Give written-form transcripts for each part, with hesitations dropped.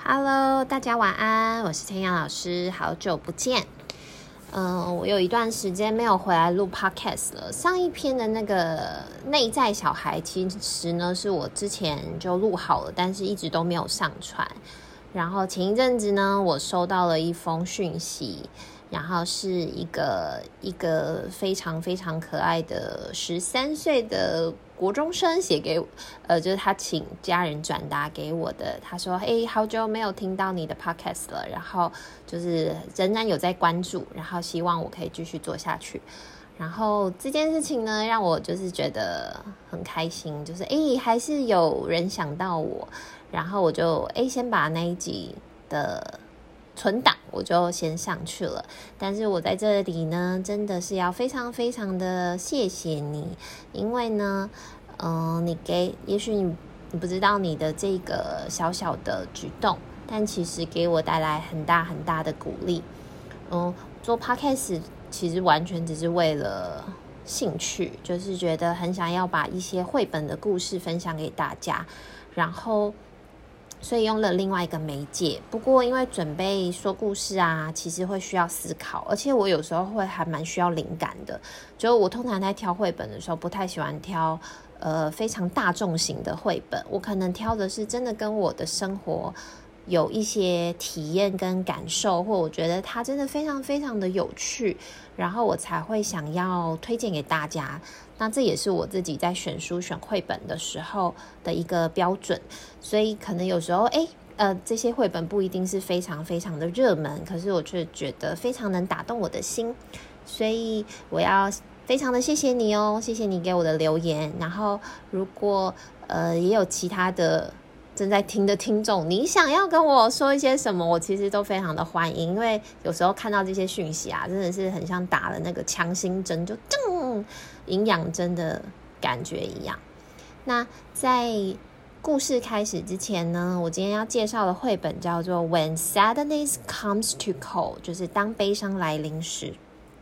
Hello， 大家晚安，我是天阳老师，好久不见。我有一段时间没有回来录 podcast 了。上一篇的那个内在小孩，其实呢是我之前就录好了，但是一直都没有上传。然后前一阵子呢，我收到了一封讯息，然后是一个非常非常可爱的13岁的国中生写给就是他请家人转达给我的。他说：“好久没有听到你的 podcast 了，然后就是仍然有在关注，然后希望我可以继续做下去。”然后这件事情呢，让我就是觉得很开心，就是还是有人想到我。然后我就先把那一集的存档我就先上去了。但是我在这里呢，真的是要非常非常的谢谢你，因为呢也许你不知道你的这个小小的举动，但其实给我带来很大很大的鼓励。做 podcast 其实完全只是为了兴趣，就是觉得很想要把一些绘本的故事分享给大家，然后所以用了另外一个媒介。不过因为准备说故事啊，其实会需要思考，而且我有时候会还蛮需要灵感的。就我通常在挑绘本的时候，不太喜欢挑非常大众型的绘本，我可能挑的是真的跟我的生活有一些体验跟感受，或我觉得它真的非常非常的有趣，然后我才会想要推荐给大家。那这也是我自己在选书选绘本的时候的一个标准。所以可能有时候这些绘本不一定是非常非常的热门，可是我却觉得非常能打动我的心，所以我要非常的谢谢你哦，谢谢你给我的留言。然后如果也有其他的正在听的听众，你想要跟我说一些什么，我其实都非常的欢迎。因为有时候看到这些讯息啊，真的是很像打了那个强心针，就营养针的感觉一样。那在故事开始之前呢，我今天要介绍的绘本叫做 When Sadness Comes to Call， 就是当悲伤来临时。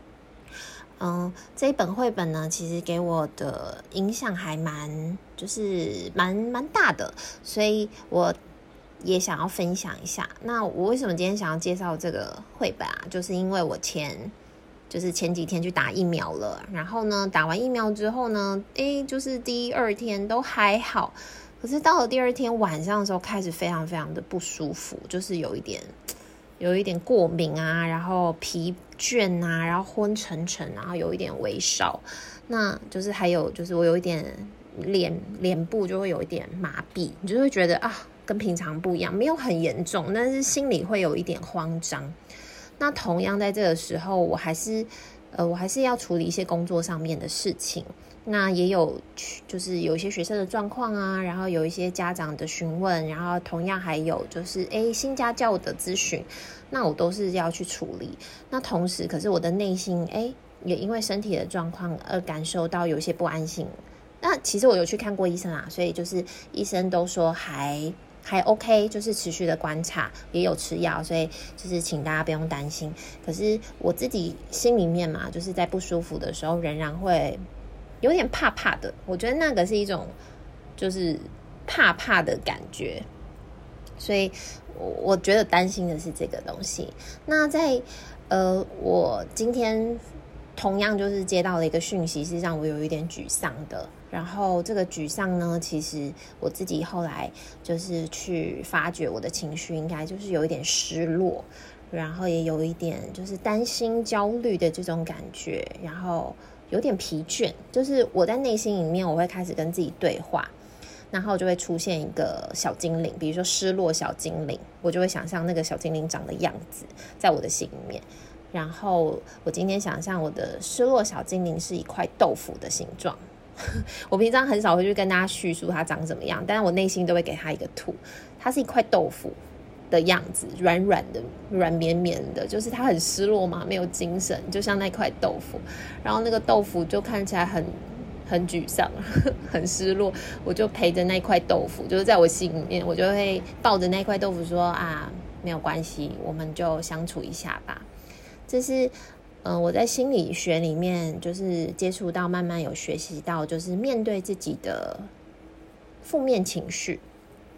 这一本绘本呢，其实给我的影响还蛮大的，所以我也想要分享一下。那我为什么今天想要介绍这个绘本啊？就是因为我前几天去打疫苗了，然后呢，打完疫苗之后呢，就是第二天都还好，可是到了第二天晚上的时候，开始非常非常的不舒服，就是有一点过敏啊，然后疲倦啊，然后昏沉沉，然后有一点微烧。那就是还有就是我有一点脸部就会有一点麻痹，你就会觉得跟平常不一样，没有很严重，但是心里会有一点慌张。那同样在这个时候，我还是要处理一些工作上面的事情。那也有就是有一些学生的状况啊，然后有一些家长的询问，然后同样还有就是新家教的咨询，那我都是要去处理。那同时可是我的内心也因为身体的状况而感受到有一些不安心。那其实我有去看过医生啦，所以就是医生都说还 OK， 就是持续的观察，也有吃药，所以就是请大家不用担心。可是我自己心里面嘛，就是在不舒服的时候仍然会有点怕怕的，我觉得那个是一种就是怕怕的感觉，所以我觉得担心的是这个东西。那在我今天同样就是接到了一个讯息，是让我有一点沮丧的。然后这个沮丧呢，其实我自己后来就是去发掘我的情绪，应该就是有一点失落，然后也有一点就是担心焦虑的这种感觉，然后有点疲倦，就是我在内心里面我会开始跟自己对话，然后就会出现一个小精灵，比如说失落小精灵，我就会想象那个小精灵长的样子在我的心里面。然后我今天想象我的失落小精灵是一块豆腐的形状。我平常很少会去跟大家叙述它长什么样，但是我内心都会给它一个图，它是一块豆腐的样子，软软的，软绵绵的，就是它很失落嘛，没有精神，就像那块豆腐。然后那个豆腐就看起来很沮丧，很失落。我就陪着那块豆腐，就是在我心里面，我就会抱着那块豆腐说没有关系，我们就相处一下吧。这是我在心理学里面就是接触到，慢慢有学习到，就是面对自己的负面情绪，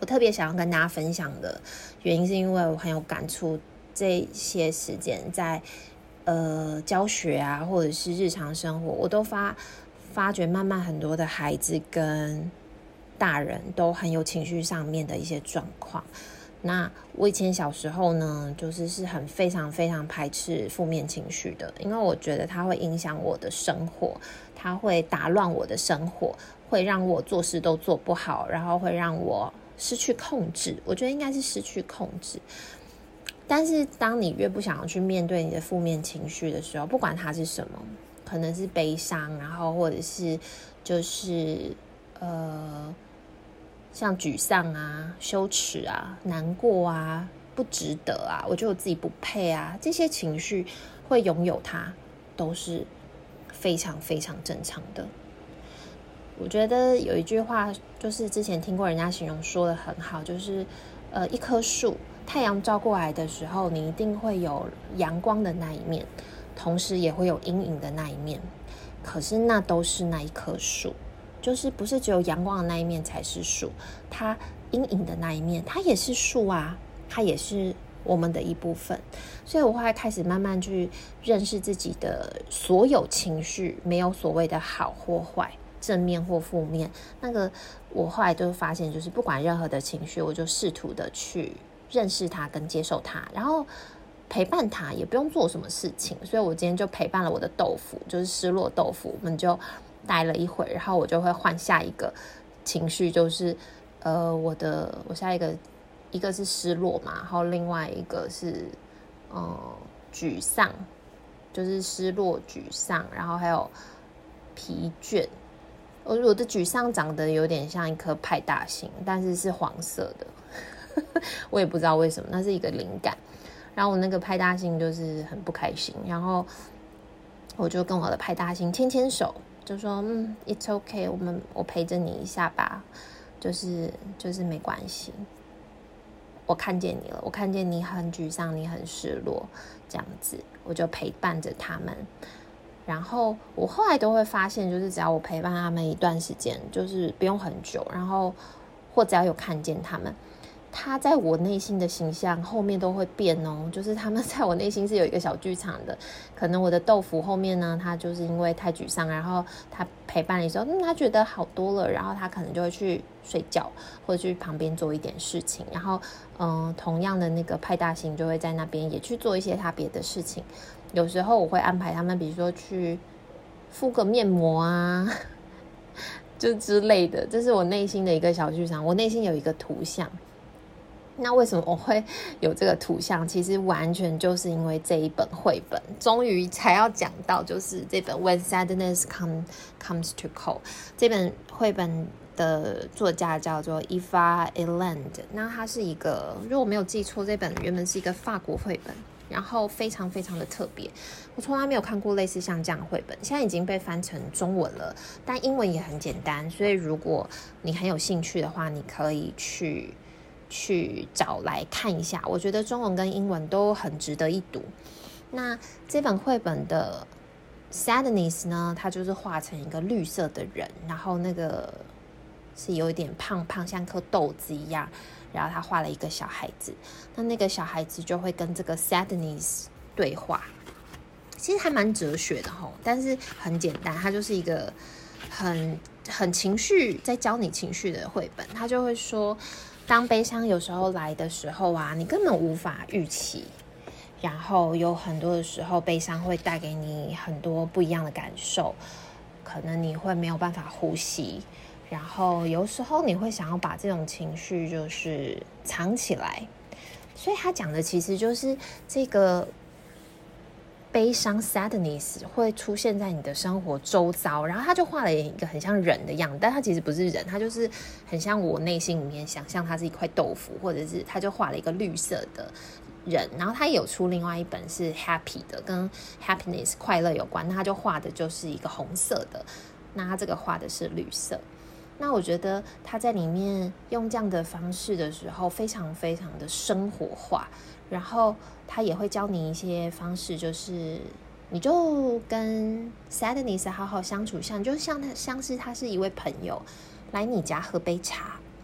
我特别想要跟大家分享的原因，是因为我很有感触，这些时间在教学啊，或者是日常生活，我都发觉慢慢很多的孩子跟大人都很有情绪上面的一些状况。那我以前小时候呢，是很非常非常排斥负面情绪的，因为我觉得它会影响我的生活，它会打乱我的生活，会让我做事都做不好，然后会让我失去控制。我觉得应该是失去控制。但是当你越不想要去面对你的负面情绪的时候，不管它是什么，可能是悲伤，然后或者是像沮丧啊、羞耻啊、难过啊、不值得啊，我觉得我自己不配啊，这些情绪会拥有它，都是非常非常正常的。我觉得有一句话，就是之前听过人家形容说的很好，就是一棵树，太阳照过来的时候，你一定会有阳光的那一面，同时也会有阴影的那一面，可是那都是那一棵树，就是不是只有阳光的那一面才是树，它阴影的那一面，它也是树啊，它也是我们的一部分。所以我后来开始慢慢去认识自己的所有情绪，没有所谓的好或坏，正面或负面。那个我后来就发现，就是不管任何的情绪，我就试图的去认识它跟接受它，然后陪伴它，也不用做什么事情。所以我今天就陪伴了我的豆腐，就是失落豆腐，我们就待了一会，然后我就会换下一个情绪，就是我下一个是失落嘛，然后另外一个是沮丧，就是失落沮丧，然后还有疲倦。我的沮丧长得有点像一颗派大星，但是是黄色的我也不知道为什么，那是一个灵感。然后我那个派大星就是很不开心，然后我就跟我的派大星牵牵手，就说it's okay， 我陪着你一下吧，就是没关系，我看见你了，我看见你很沮丧，你很失落，这样子我就陪伴着他们。然后我后来都会发现，就是只要我陪伴他们一段时间，就是不用很久，然后或只要有看见他们，他在我内心的形象后面都会变哦，就是他们在我内心是有一个小剧场的。可能我的豆腐后面呢，他就是因为太沮丧，然后他陪伴的时候，他觉得好多了，然后他可能就会去睡觉，或者去旁边做一点事情。然后同样的那个派大星就会在那边也去做一些他别的事情。有时候我会安排他们，比如说去敷个面膜啊就之类的，这是我内心的一个小剧场。我内心有一个图像，那为什么我会有这个图像？其实完全就是因为这一本绘本，终于才要讲到，就是这本 When Sadness Comes to Call 这本绘本的作家叫做 Eva Eland。 那他是一个，如果没有记错，这本原本是一个法国绘本，然后非常非常的特别，我从来没有看过类似像这样的绘本，现在已经被翻成中文了，但英文也很简单，所以如果你很有兴趣的话，你可以去找来看一下，我觉得中文跟英文都很值得一读。那这本绘本的 Sadness 呢，它就是画成一个绿色的人，然后那个是有一点胖胖，像颗豆子一样，然后他画了一个小孩子，那个小孩子就会跟这个 Sadness 对话。其实还蛮哲学的齁，但是很简单，它就是一个很情绪，在教你情绪的绘本。他就会说，当悲伤有时候来的时候啊，你根本无法预期，然后有很多的时候悲伤会带给你很多不一样的感受，可能你会没有办法呼吸，然后有时候你会想要把这种情绪就是藏起来。所以他讲的其实就是这个悲伤 sadness 会出现在你的生活周遭，然后他就画了一个很像人的样子，但他其实不是人，他就是很像我内心里面想象他是一块豆腐，或者是他就画了一个绿色的人。然后他也有出另外一本是 happy 的，跟 happiness 快乐有关，那他就画的就是一个红色的，那他这个画的是绿色。那我觉得他在里面用这样的方式的时候，非常非常的生活化，然后他也会教你一些方式，就是你就跟 sadness 好好相处，你就像是他是一位朋友来你家喝杯茶，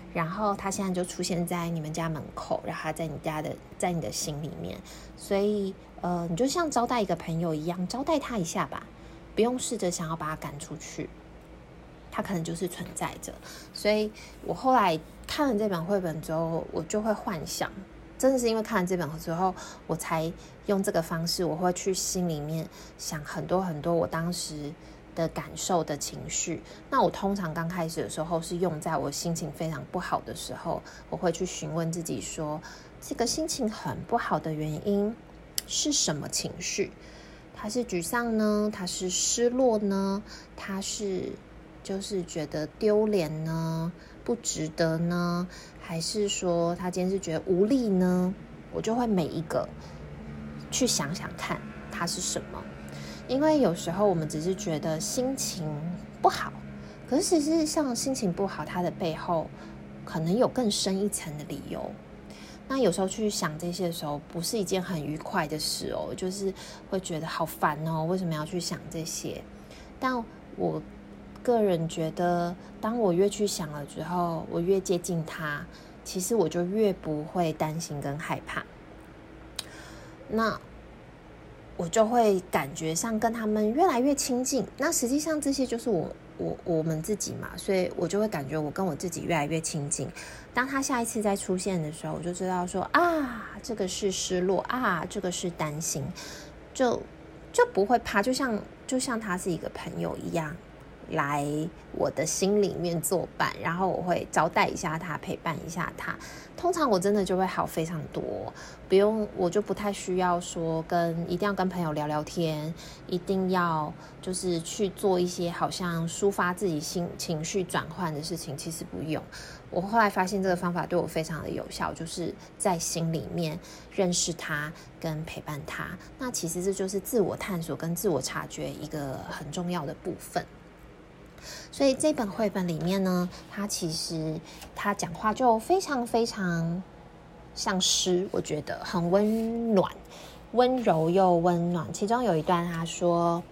然后他现在就出现在你们家门口，然后他在你的心里面，所以你就像招待一个朋友一样，招待他一下吧，不用试着想要把他赶出去，他可能就是存在着。所以我后来看了这本绘本之后，我就会幻想，真的是因为看了这本之后，我才用这个方式，我会去心里面想很多很多我当时的感受的情绪。那我通常刚开始的时候是用在我心情非常不好的时候，我会去询问自己说，这个心情很不好的原因是什么情绪？它是沮丧呢？它是失落呢？它是就是觉得丢脸呢？不值得呢？还是说他今天是觉得无力呢？我就会每一个去想想看它是什么。因为有时候我们只是觉得心情不好，可是事实上心情不好它的背后可能有更深一层的理由。那有时候去想这些的时候，不是一件很愉快的事哦，就是会觉得好烦哦，为什么要去想这些？但我个人觉得，当我越去想了之后，我越接近它，其实我就越不会担心跟害怕。那我就会感觉上跟他们越来越亲近。那实际上这些就是我们自己嘛，所以我就会感觉我跟我自己越来越亲近。当他下一次再出现的时候，我就知道说啊，这个是失落啊，这个是担心，就不会怕，就像他是一个朋友一样来我的心里面作伴，然后我会招待一下他，陪伴一下他。通常我真的就会好非常多，我就不太需要说一定要跟朋友聊聊天，一定要就是去做一些好像抒发自己情绪转换的事情，其实不用。我后来发现这个方法对我非常的有效，就是在心里面认识他跟陪伴他。那其实这就是自我探索跟自我察觉一个很重要的部分。所以这本绘本里面呢，他讲话就非常非常像诗，我觉得很温暖，温柔又温暖。其中有一段他说，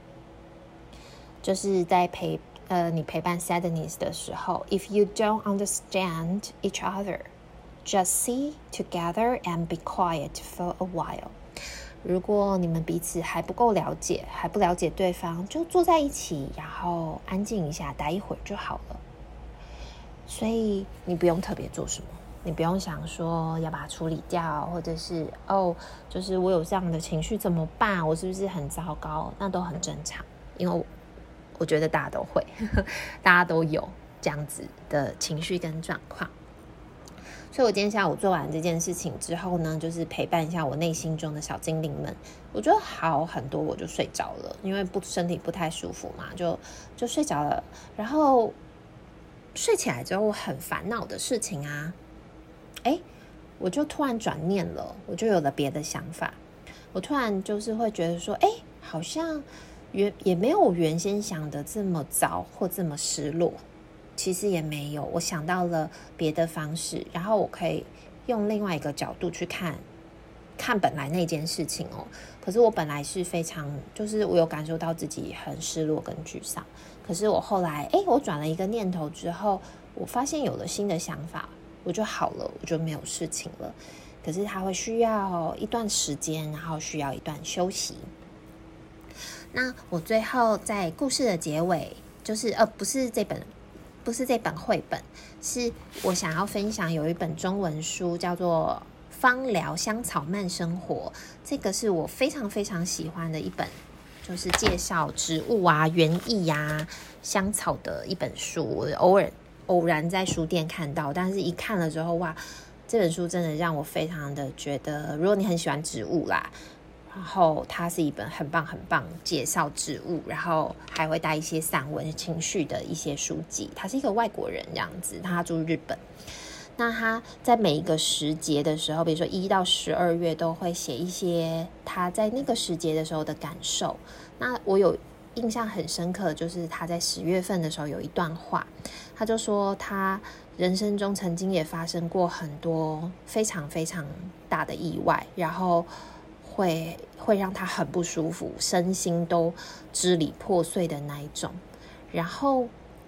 就是在你陪伴 sadness 的时候 ，If you don't understand each other, just sit together and be quiet for a while。如果你们彼此还不够了解，还不了解对方，就坐在一起，然后安静一下，待一会儿就好了。所以你不用特别做什么，你不用想说要把它处理掉，或者是就是我有这样的情绪怎么办？我是不是很糟糕？那都很正常，因为我觉得大家都会，大家都有这样子的情绪跟状况。所以我今天下午做完这件事情之后呢，就是陪伴一下我内心中的小精灵们，我觉得好很多，我就睡着了，因为身体不太舒服嘛，就睡着了。然后睡起来之后，我很烦恼的事情啊，我就突然转念了，我就有了别的想法。我突然就是会觉得说，好像也没有我原先想的这么糟或这么失落。其实也没有，我想到了别的方式，然后我可以用另外一个角度去看本来那件事情哦。可是我本来是非常，就是我有感受到自己很失落跟沮丧。可是我后来，我转了一个念头之后，我发现有了新的想法，我就好了，我就没有事情了。可是它会需要一段时间，然后需要一段休息。那我最后在故事的结尾，就是不是这本绘本，是我想要分享有一本中文书叫做《芳疗香草慢生活》，这个是我非常非常喜欢的一本，就是介绍植物啊、园艺啊、香草的一本书。我偶然在书店看到，但是一看了之后，哇，这本书真的让我非常的觉得，如果你很喜欢植物啦，然后它是一本很棒很棒介绍植物，然后还会带一些散文情绪的一些书籍。他是一个外国人这样子，他住日本。那他在每一个时节的时候，比如说1到12月都会写一些他在那个时节的时候的感受。那我有印象很深刻，就是他在10月份的时候有一段话，他就说他人生中曾经也发生过很多非常非常大的意外，然后会让他很不舒服，身心都支离破碎的那一种。然后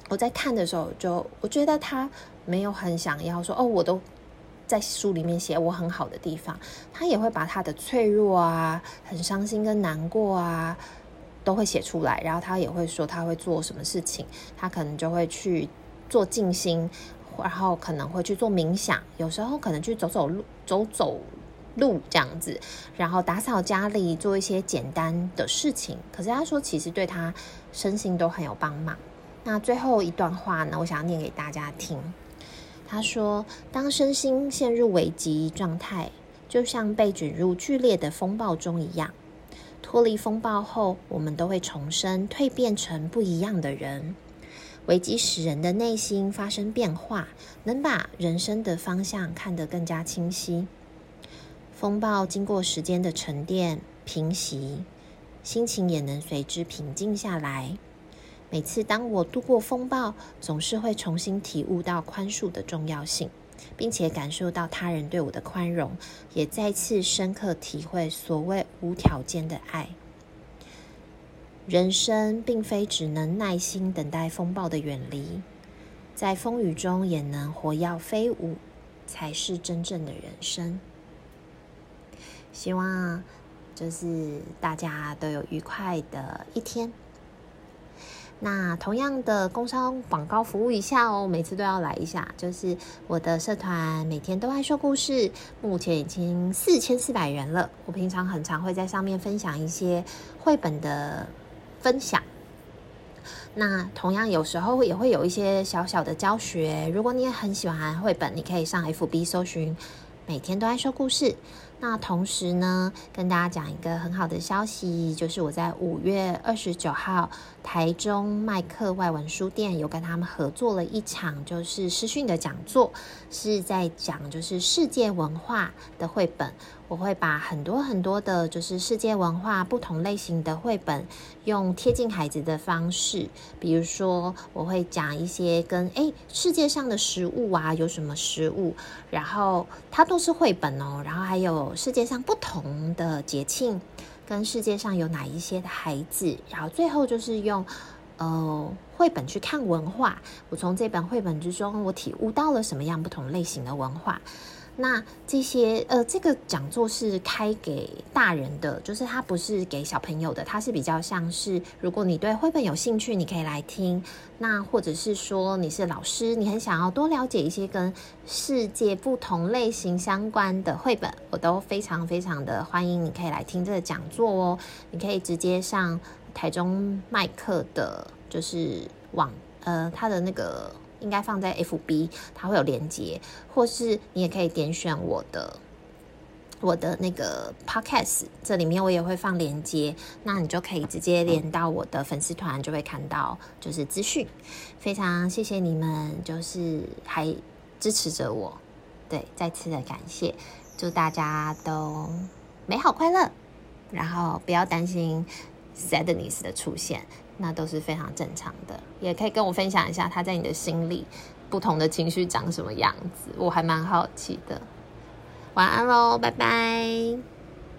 我在看的时候我觉得他没有很想要说我都在书里面写我很好的地方，他也会把他的脆弱啊、很伤心跟难过啊都会写出来，然后他也会说他会做什么事情，他可能就会去做静心，然后可能会去做冥想，有时候可能去走走路这样子，然后打扫家里，做一些简单的事情。可是他说其实对他身心都很有帮忙。那最后一段话呢，我想要念给大家听。他说，当身心陷入危机状态，就像被卷入剧烈的风暴中一样，脱离风暴后，我们都会重生，蜕变成不一样的人。危机使人的内心发生变化，能把人生的方向看得更加清晰。风暴经过时间的沉淀平息，心情也能随之平静下来。每次当我度过风暴，总是会重新体悟到宽恕的重要性，并且感受到他人对我的宽容，也再次深刻体会所谓无条件的爱。人生并非只能耐心等待风暴的远离，在风雨中也能活跃飞舞，才是真正的人生。希望就是大家都有愉快的一天。那同样的工商广告服务一下哦，每次都要来一下，就是我的社团每天都爱说故事，目前已经4400人了。我平常很常会在上面分享一些绘本的分享，那同样有时候也会有一些小小的教学。如果你也很喜欢绘本，你可以上 FB 搜寻每天都爱说故事。那同时呢，跟大家讲一个很好的消息，就是我在5月29号台中麦克外文书店有跟他们合作了一场就是视讯的讲座，是在讲就是世界文化的绘本。我会把很多的就是世界文化不同类型的绘本用贴近孩子的方式，比如说我会讲一些跟世界上的食物啊，有什么食物，然后它都是绘本哦，然后还有世界上不同的节庆跟世界上有哪一些的孩子，然后最后就是用绘本去看文化。我从这本绘本之中我体悟到了什么样不同类型的文化。那这些这个讲座是开给大人的，就是它不是给小朋友的，它是比较像是如果你对绘本有兴趣，你可以来听。那或者是说你是老师，你很想要多了解一些跟世界不同类型相关的绘本，我都非常非常的欢迎你可以来听这个讲座哦。你可以直接上台中麦克的就是它的那个应该放在 FB， 它会有连结，或是你也可以点选我的那个 Podcast， 这里面我也会放连结，那你就可以直接连到我的粉丝团，就会看到就是资讯。非常谢谢你们，就是还支持着我，对，再次的感谢，祝大家都美好快乐，然后不要担心 sadness 的出现，那都是非常正常的。也可以跟我分享一下他在你的心里不同的情绪长什么样子，我还蛮好奇的。晚安咯，拜拜。